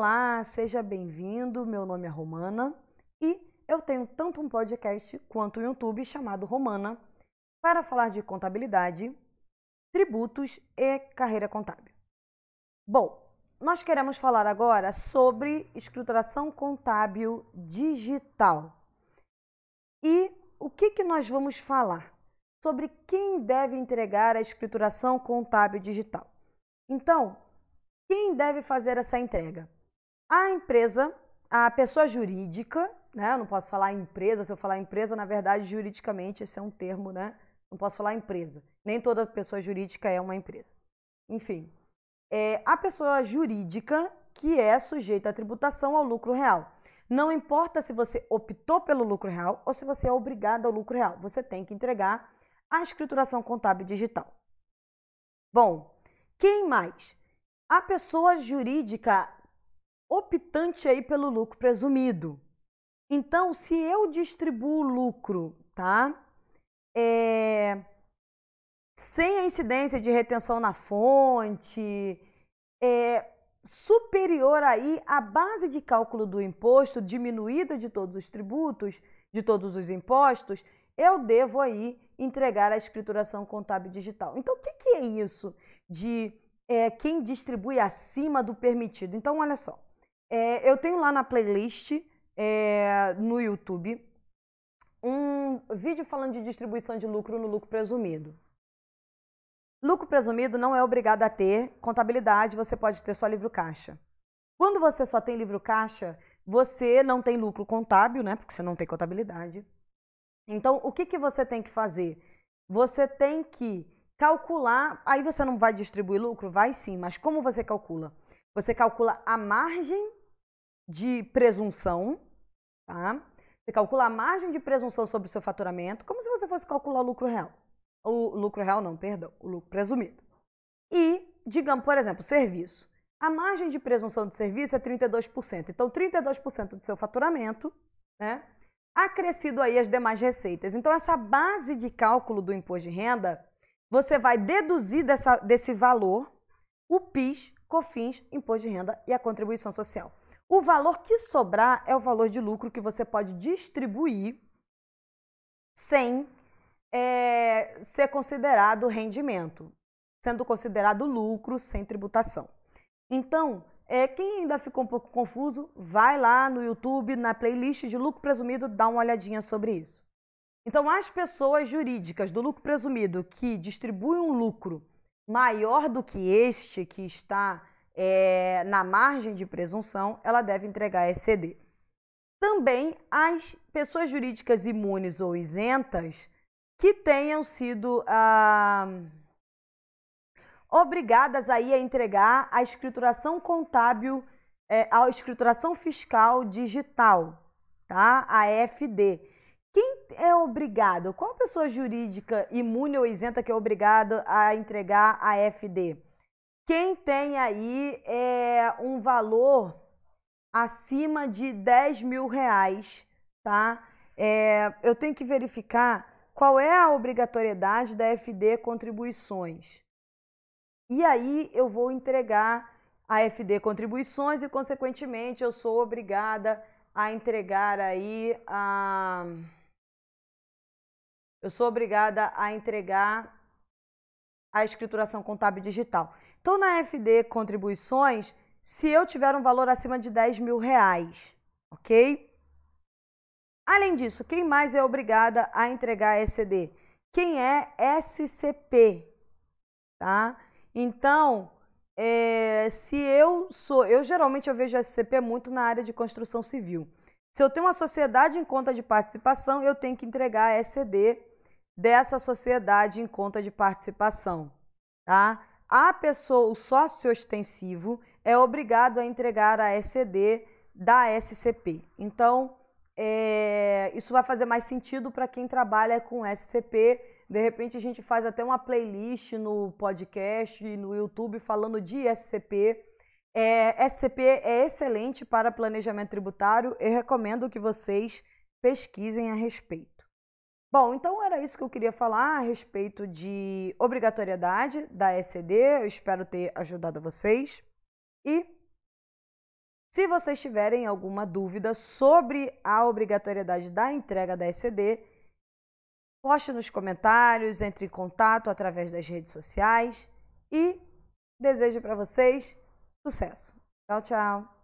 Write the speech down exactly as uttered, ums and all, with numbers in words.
Olá, seja bem-vindo. Meu nome é Romana e eu tenho tanto um podcast quanto um YouTube chamado Romana para falar de contabilidade, tributos e carreira contábil. Bom, nós queremos falar agora sobre escrituração contábil digital. E o que, que nós vamos falar? Sobre quem deve entregar a escrituração contábil digital. Então, quem deve fazer essa entrega? A empresa, a pessoa jurídica, né? Eu não posso falar empresa, se eu falar empresa, na verdade, juridicamente, esse é um termo, né? Não posso falar empresa. Nem toda pessoa jurídica é uma empresa. Enfim, é a pessoa jurídica que é sujeita à tributação ao lucro real. Não importa se você optou pelo lucro real ou se você é obrigado ao lucro real, você tem que entregar a escrituração contábil digital. Bom, quem mais? A pessoa jurídica optante aí pelo lucro presumido. Então, se eu distribuo o lucro, tá? É, sem a incidência de retenção na fonte, é, superior aí à base de cálculo do imposto, diminuída de todos os tributos, de todos os impostos, eu devo aí entregar a escrituração contábil digital. Então, o que, que é isso de é, quem distribui acima do permitido? Então, olha só, é, eu tenho lá na playlist é, no YouTube um vídeo falando de distribuição de lucro no lucro presumido. Lucro presumido não é obrigado a ter contabilidade, você pode ter só livro caixa. Quando você só tem livro caixa, você não tem lucro contábil, né? Porque você não tem contabilidade. Então, o que, que você tem que fazer? Você tem que calcular, aí você não vai distribuir lucro? Vai sim, mas como você calcula? Você calcula a margem de presunção, tá? Você calcula a margem de presunção sobre o seu faturamento, como se você fosse calcular o lucro real. O lucro real não, perdão, o lucro presumido. E, digamos, por exemplo, serviço. A margem de presunção de serviço é trinta e dois por cento. Então, trinta e dois por cento do seu faturamento, né, acrescido aí as demais receitas. Então, essa base de cálculo do imposto de renda, você vai deduzir dessa, desse valor o PIS, COFINS, imposto de renda e a contribuição social. O valor que sobrar é o valor de lucro que você pode distribuir sem é, ser considerado rendimento, sendo considerado lucro sem tributação. Então, é, quem ainda ficou um pouco confuso, vai lá no YouTube, na playlist de lucro presumido, dá uma olhadinha sobre isso. Então, as pessoas jurídicas do lucro presumido que distribuem um lucro maior do que este que está é, na margem de presunção, ela deve entregar E C D. Também as pessoas jurídicas imunes ou isentas que tenham sido ah, obrigadas aí a entregar a escrituração contábil, é, a escrituração fiscal digital, tá? A E F D. Quem é obrigado? Qual pessoa jurídica imune ou isenta que é obrigada a entregar a E F D? Quem tem aí é, um valor acima de dez mil reais, tá? É, eu tenho que verificar qual é a obrigatoriedade da E F D contribuições. E aí eu vou entregar a E F D contribuições e, consequentemente, eu sou obrigada a entregar aí a... Eu sou obrigada a entregar a escrituração contábil digital. Então, na E F D contribuições, se eu tiver um valor acima de dez mil reais, ok? Além disso, quem mais é obrigada a entregar E C D? Quem é S C P, tá? Então, é, se eu sou... Eu geralmente eu vejo S C P muito na área de construção civil. Se eu tenho uma sociedade em conta de participação, eu tenho que entregar a E C D dessa sociedade em conta de participação, tá? A pessoa, o sócio ostensivo, é obrigado a entregar a E C D da S C P. Então, é, isso vai fazer mais sentido para quem trabalha com S C P. De repente, a gente faz até uma playlist no podcast e no YouTube falando de S C P. É, S C P é excelente para planejamento tributário. Eu recomendo que vocês pesquisem a respeito. Bom, então era isso que eu queria falar a respeito de obrigatoriedade da E C D. Eu espero ter ajudado vocês. E Se vocês tiverem alguma dúvida sobre a obrigatoriedade da entrega da E C D, poste nos comentários, entre em contato através das redes sociais e desejo para vocês sucesso. Tchau, tchau!